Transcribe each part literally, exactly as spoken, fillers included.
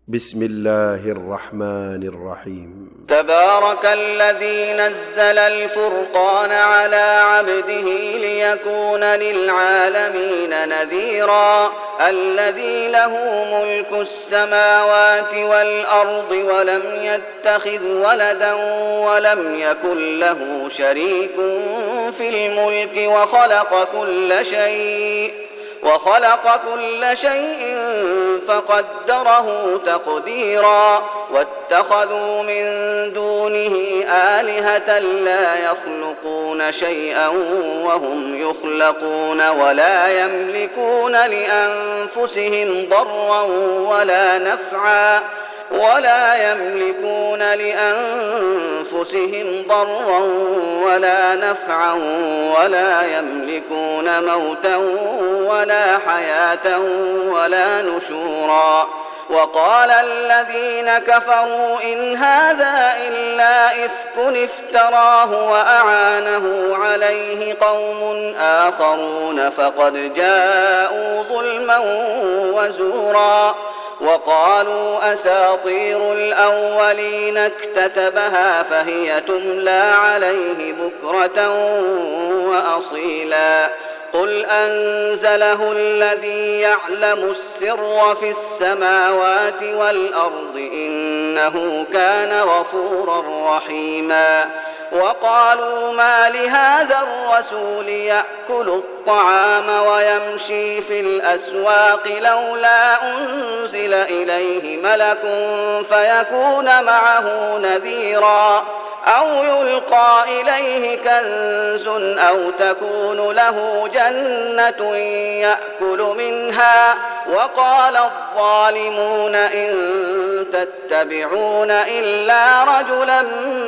بسم الله الرحمن الرحيم. تبارك الذي نزل الفرقان على عبده ليكون للعالمين نذيرا الذي له ملك السماوات والأرض ولم يتخذ ولدا ولم يكن له شريك في الملك وخلق كل شيء وخلق كل شيء فقدره تقديرا واتخذوا من دونه آلهة لا يخلقون شيئا وهم يخلقون ولا يملكون لأنفسهم ضرا ولا نفعا ولا يملكون لأنفسهم ضرا ولا نفعا ولا يملكون موتا ولا حياة ولا نشورا. وقال الذين كفروا إن هذا إلا إفك افتراه وأعانه عليه قوم آخرون فقد جاءوا ظلما وزورا. وقالوا أساطير الأولين اكتتبها فهي تملى عليه بكرة وأصيلا. قل أنزله الذي يعلم السر في السماوات والأرض إنه كان غفورا رحيما. وقالوا ما لهذا الرسول يأكل الطعام ويمشي في الأسواق لولا أنزل إليه ملك فيكون معه نذيرا أو يلقى إليه كنز أو تكون له جنة يأكل منها. وقال الظالمون إن تتبعون إلا رجلا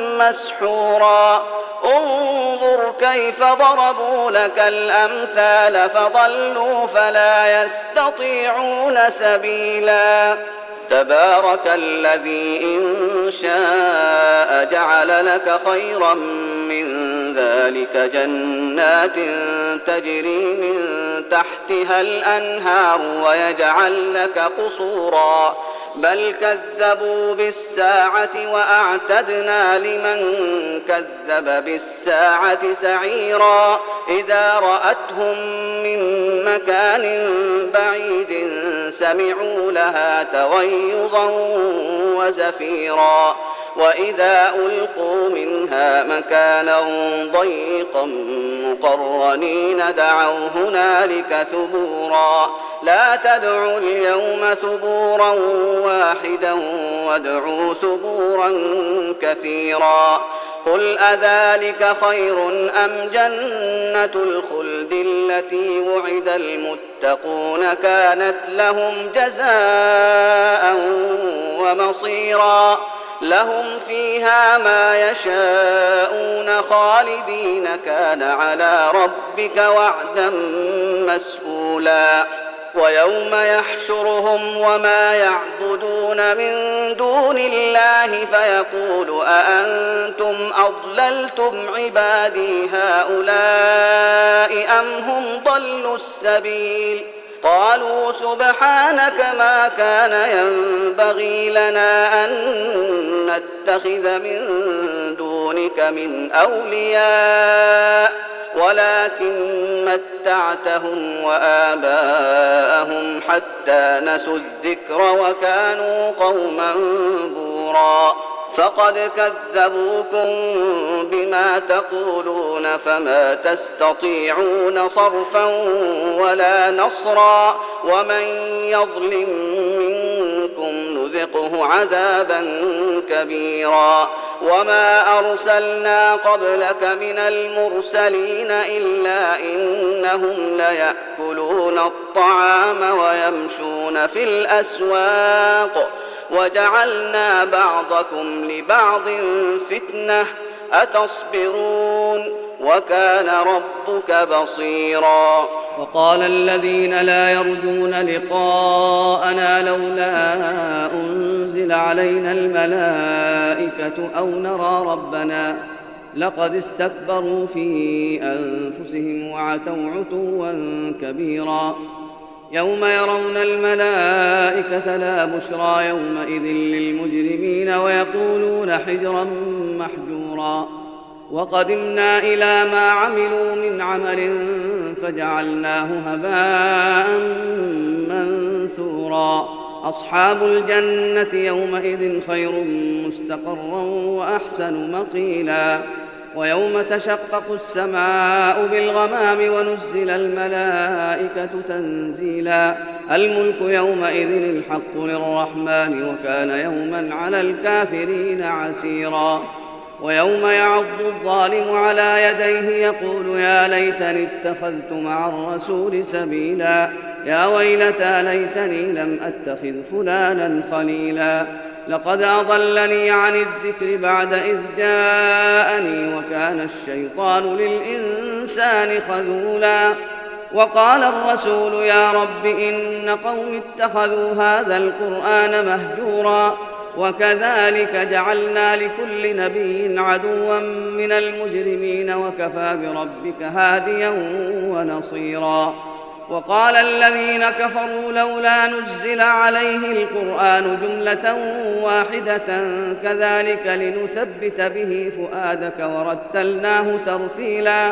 مسحورا. انظر كيف ضربوا لك الأمثال فضلوا فلا يستطيعون سبيلا. تبارك الذي إن شاء جعل لك خيرا من ذلك جنات تجري من تحتها الأنهار ويجعل لك قصورا بل كذبوا بالساعة وأعتدنا لمن كذب بالساعة سعيرا. إذا رأتهم من مكان بعيد سمعوا لها تغيظا وزفيرا. وإذا ألقوا منها مكانا ضيقا مقرنين دعوا هنالك ثبورا. لا تدعوا اليوم ثبورا واحدا وادعوا ثبورا كثيرا. قل أذلك خير أم جنة الخلد التي وعد المتقون كانت لهم جزاء ومصيرا. لهم فيها ما يشاءون خالدين كان على ربك وعدا مسئولا. ويوم يحشرهم وما يعبدون من دون الله فيقول أأنتم أضللتم عبادي هؤلاء أم هم ضلوا السبيل. قالوا سبحانك ما كان ينبغي لنا أن نتخذ من دونك من أولياء ولكن متعتهم وآباءهم حتى نسوا الذكر وكانوا قوما بورا. فقد كذبوكم بما تقولون فما تستطيعون صرفا ولا نصرا. ومن يظلم منكم نذقه عذابا كبيرا. وما أرسلنا قبلك من المرسلين إلا إنهم ليأكلون الطعام ويمشون في الأسواق وجعلنا بعضكم لبعض فتنة أتصبرون وكان ربك بصيرا. وقال الذين لا يرجون لقاءنا لولا أنزل علينا الملائكة أو نرى ربنا لقد استكبروا في أنفسهم وعتوا عتوا كبيرا. يوم يرون الملائكة لا بشرى يومئذ للمجرمين ويقولون حجرا محجورا وقدمنا إلى ما عملوا من عمل فجعلناه هباء منثورا أصحاب الجنة يومئذ خير مستقرا وأحسن مقيلا ويوم تشقق السماء بالغمام ونزل الملائكة تنزيلا الملك يومئذ الحق للرحمن وكان يوما على الكافرين عسيرا ويوم يعض الظالم على يديه يقول يا ليتني اتخذت مع الرسول سبيلا يا ويلتى ليتني لم أتخذ فلانا خليلا لقد أضلني عن الذكر بعد إذ جاءني وكان الشيطان للإنسان خذولا وقال الرسول يا رب إن قوم اتخذوا هذا القرآن مهجورا وكذلك جعلنا لكل نبي عدوا من المجرمين وكفى بربك هاديا ونصيرا وقال الذين كفروا لولا نزل عليه القرآن جملة واحدة كذلك لنثبت به فؤادك ورتلناه ترتيلا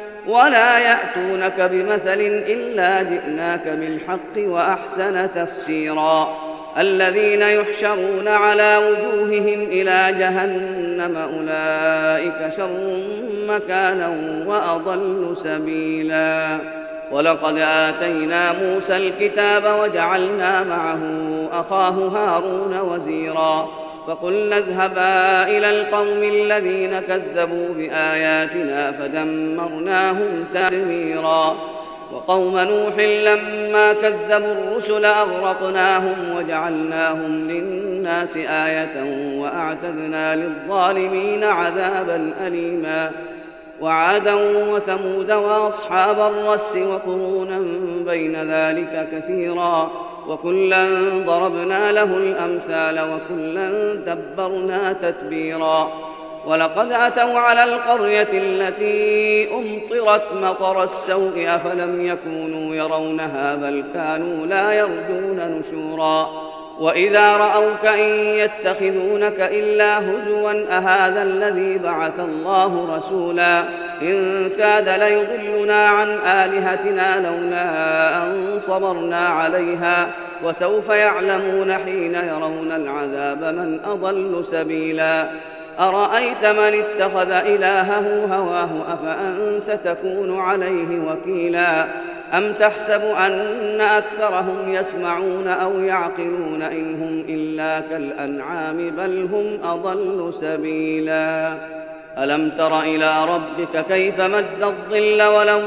ولا يأتونك بمثل إلا جئناك بالحق وأحسن تفسيرا الذين يحشرون على وجوههم إلى جهنم أولئك شر مكانا وأضل سبيلا ولقد آتينا موسى الكتاب وجعلنا معه أخاه هارون وزيرا فقلنا اذهبا إلى القوم الذين كذبوا بآياتنا فدمرناهم تدميرا وقوم نوح لما كذبوا الرسل أغرقناهم وجعلناهم للناس آية وأعتدنا للظالمين عذابا أليما وعادا وثمود وأصحاب الرس وقرونا بين ذلك كثيرا وكلا ضربنا له الأمثال وكلا دبرنا تتبيرا ولقد أتوا على القرية التي أمطرت مطر السوء أفلم يكونوا يرونها بل كانوا لا يرجون نشورا وإذا رأوك إن يتخذونك إلا هزوا أهذا الذي بعث الله رسولا إن كاد ليضلنا عن آلهتنا لولا أن صبرنا عليها وسوف يعلمون حين يرون العذاب من أضل سبيلا أرأيت من اتخذ إلهه هواه أفأنت تكون عليه وكيلا أم تحسب أن أكثرهم يسمعون أو يعقلون إن هم إلا كالأنعام بل هم أضل سبيلا ألم تر إلى ربك كيف مد الظل ولو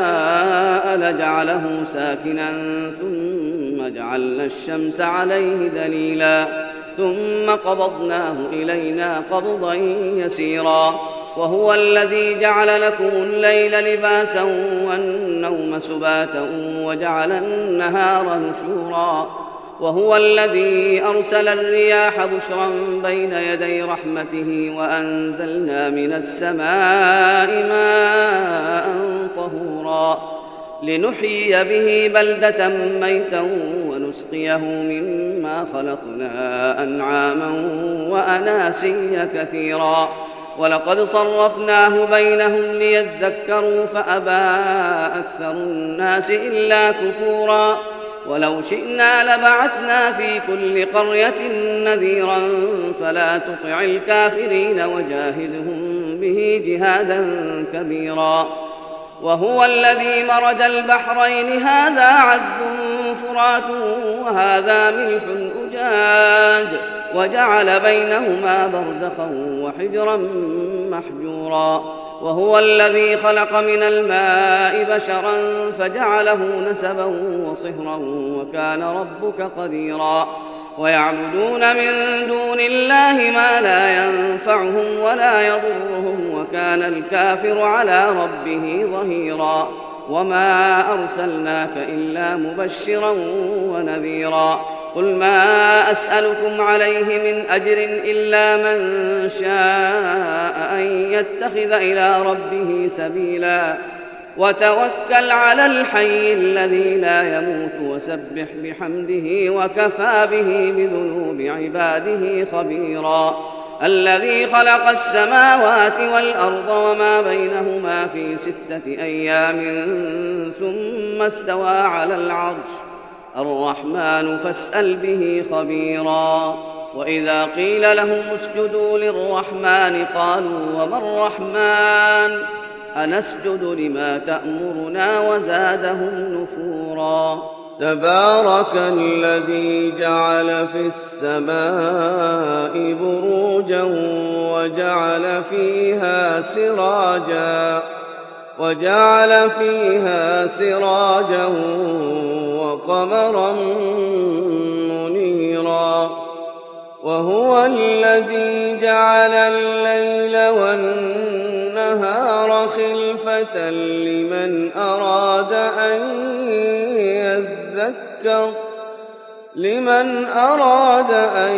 شاء لجعله ساكنا ثم جعلنا الشمس عليه دليلا ثم قبضناه إلينا قبضا يسيرا وهو الذي جعل لكم الليل لباسا والنوم سباتا وجعل النهار نشورا وهو الذي أرسل الرياح بشرا بين يدي رحمته وأنزلنا من السماء ماء طهورا لنحيي به بلدة ميتا ونسقيه مما خلقنا أنعاما وأناسيا كثيرا ولقد صرفناه بينهم ليذكروا فأبى أكثر الناس إلا كفورا ولو شئنا لبعثنا في كل قرية نذيرا فلا تطع الكافرين وجاهدهم به جهادا كبيرا وهو الذي مرج البحرين هذا عذب فرات وهذا ملح أجاج وجعل بينهما برزخا وحجرا محجورا وهو الذي خلق من الماء بشرا فجعله نسبا وصهرا وكان ربك قديرا ويعبدون من دون الله ما لا ينفعهم ولا يضرهم وكان الكافر على ربه ظهيرا وما أرسلناك إلا مبشرا ونذيرا قل ما أسألكم عليه من أجر إلا من شاء أن يتخذ إلى ربه سبيلا وتوكل على الحي الذي لا يموت وسبح بحمده وكفى به بذنوب عباده خبيرا الذي خلق السماوات والأرض وما بينهما في ستة أيام ثم استوى على العرش الرحمن فاسأل به خبيرا وإذا قيل لهم اسجدوا للرحمن قالوا وما الرحمن أنسجد لما تأمرنا وزادهم نفورا تبارك الذي جعل في السماء بروجا وجعل فيها سراجا وجعل فيها سراجا وقمرا منيرا وهو الذي جعل الليل والنهار خلفة لمن أراد أن يذكر لمن أراد أن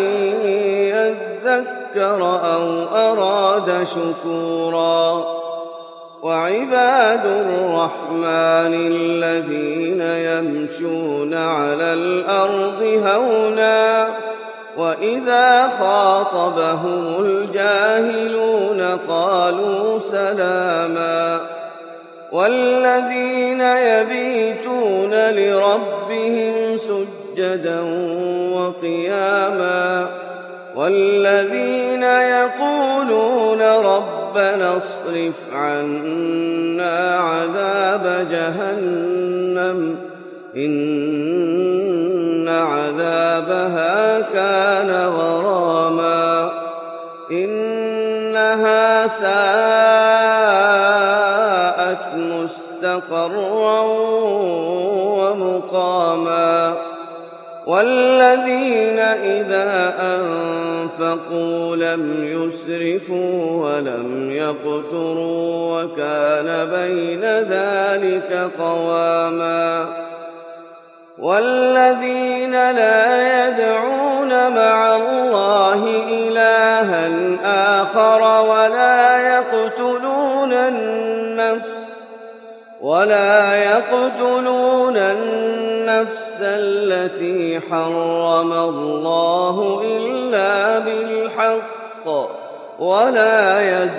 يذكر أو أراد شكورا وعباد الرحمن الذين يمشون على الأرض هونا وإذا خاطبهم الجاهلون قالوا سلاما والذين يبيتون لربهم سجدا وقياما والذين يقولون ربنا اصرف عنا عذاب جهنم إن عذابها كان غراما إنها ساءت مستقرا ومقاما والذين إذا أنفقوا لم يسرفوا ولم يقتروا وكان بين ذلك قواما والذين لا يدعون مع الله إلها آخر ولا يقتلون النفس ولا يقتلون النفس التي حرم الله إلا بالحق ولا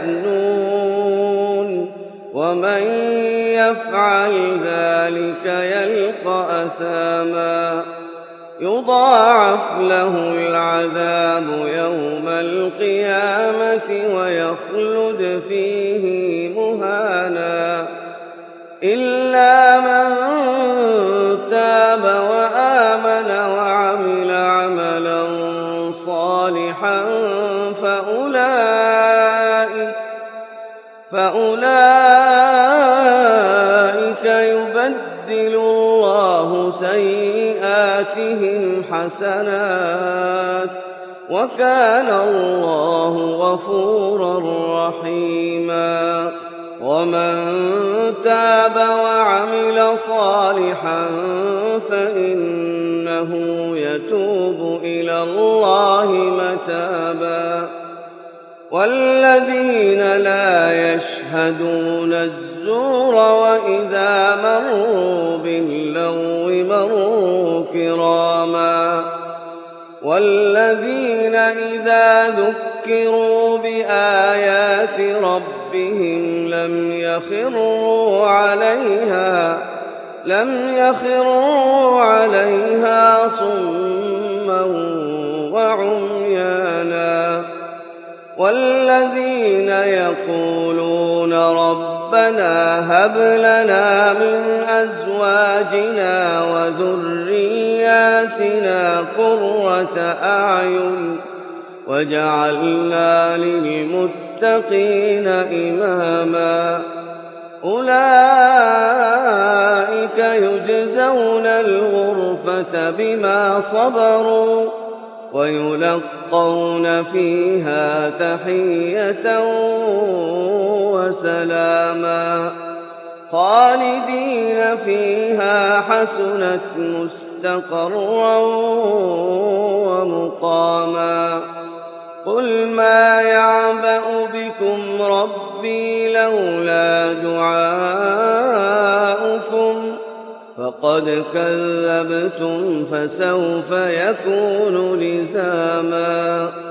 يزنون ومن يفعل ذلك يلقى أثاما يضاعف له العذاب يوم القيامة ويخلد فيه مهانا إلا من تاب وآمن وعمل عملا صالحا فأولئك فأولئك يبدل الله سيئاتهم حسنات وكان الله غفورا رحيما ومن تاب وعمل صالحا فإنه يتوب إلى الله متابا والذين لا يشهدون الزور وإذا مروا باللغو مروا كراما والذين إذا ذكروا بآيات ربهم لم يخروا عليها لم يخروا عليها صما وعميانا والذين يقولون ربنا هب لنا من أزواجنا وذرياتنا قرة أعين وجعلنا للمتقين إماما أولئك يجزون الغرفة بما صبروا ويلقون فيها تحية وسلاما خالدين فيها حسنت مستقرا ومقاما قل ما يعبأ بكم ربي لولا دعاؤكم فقد كذبتم فسوف يكون لزاما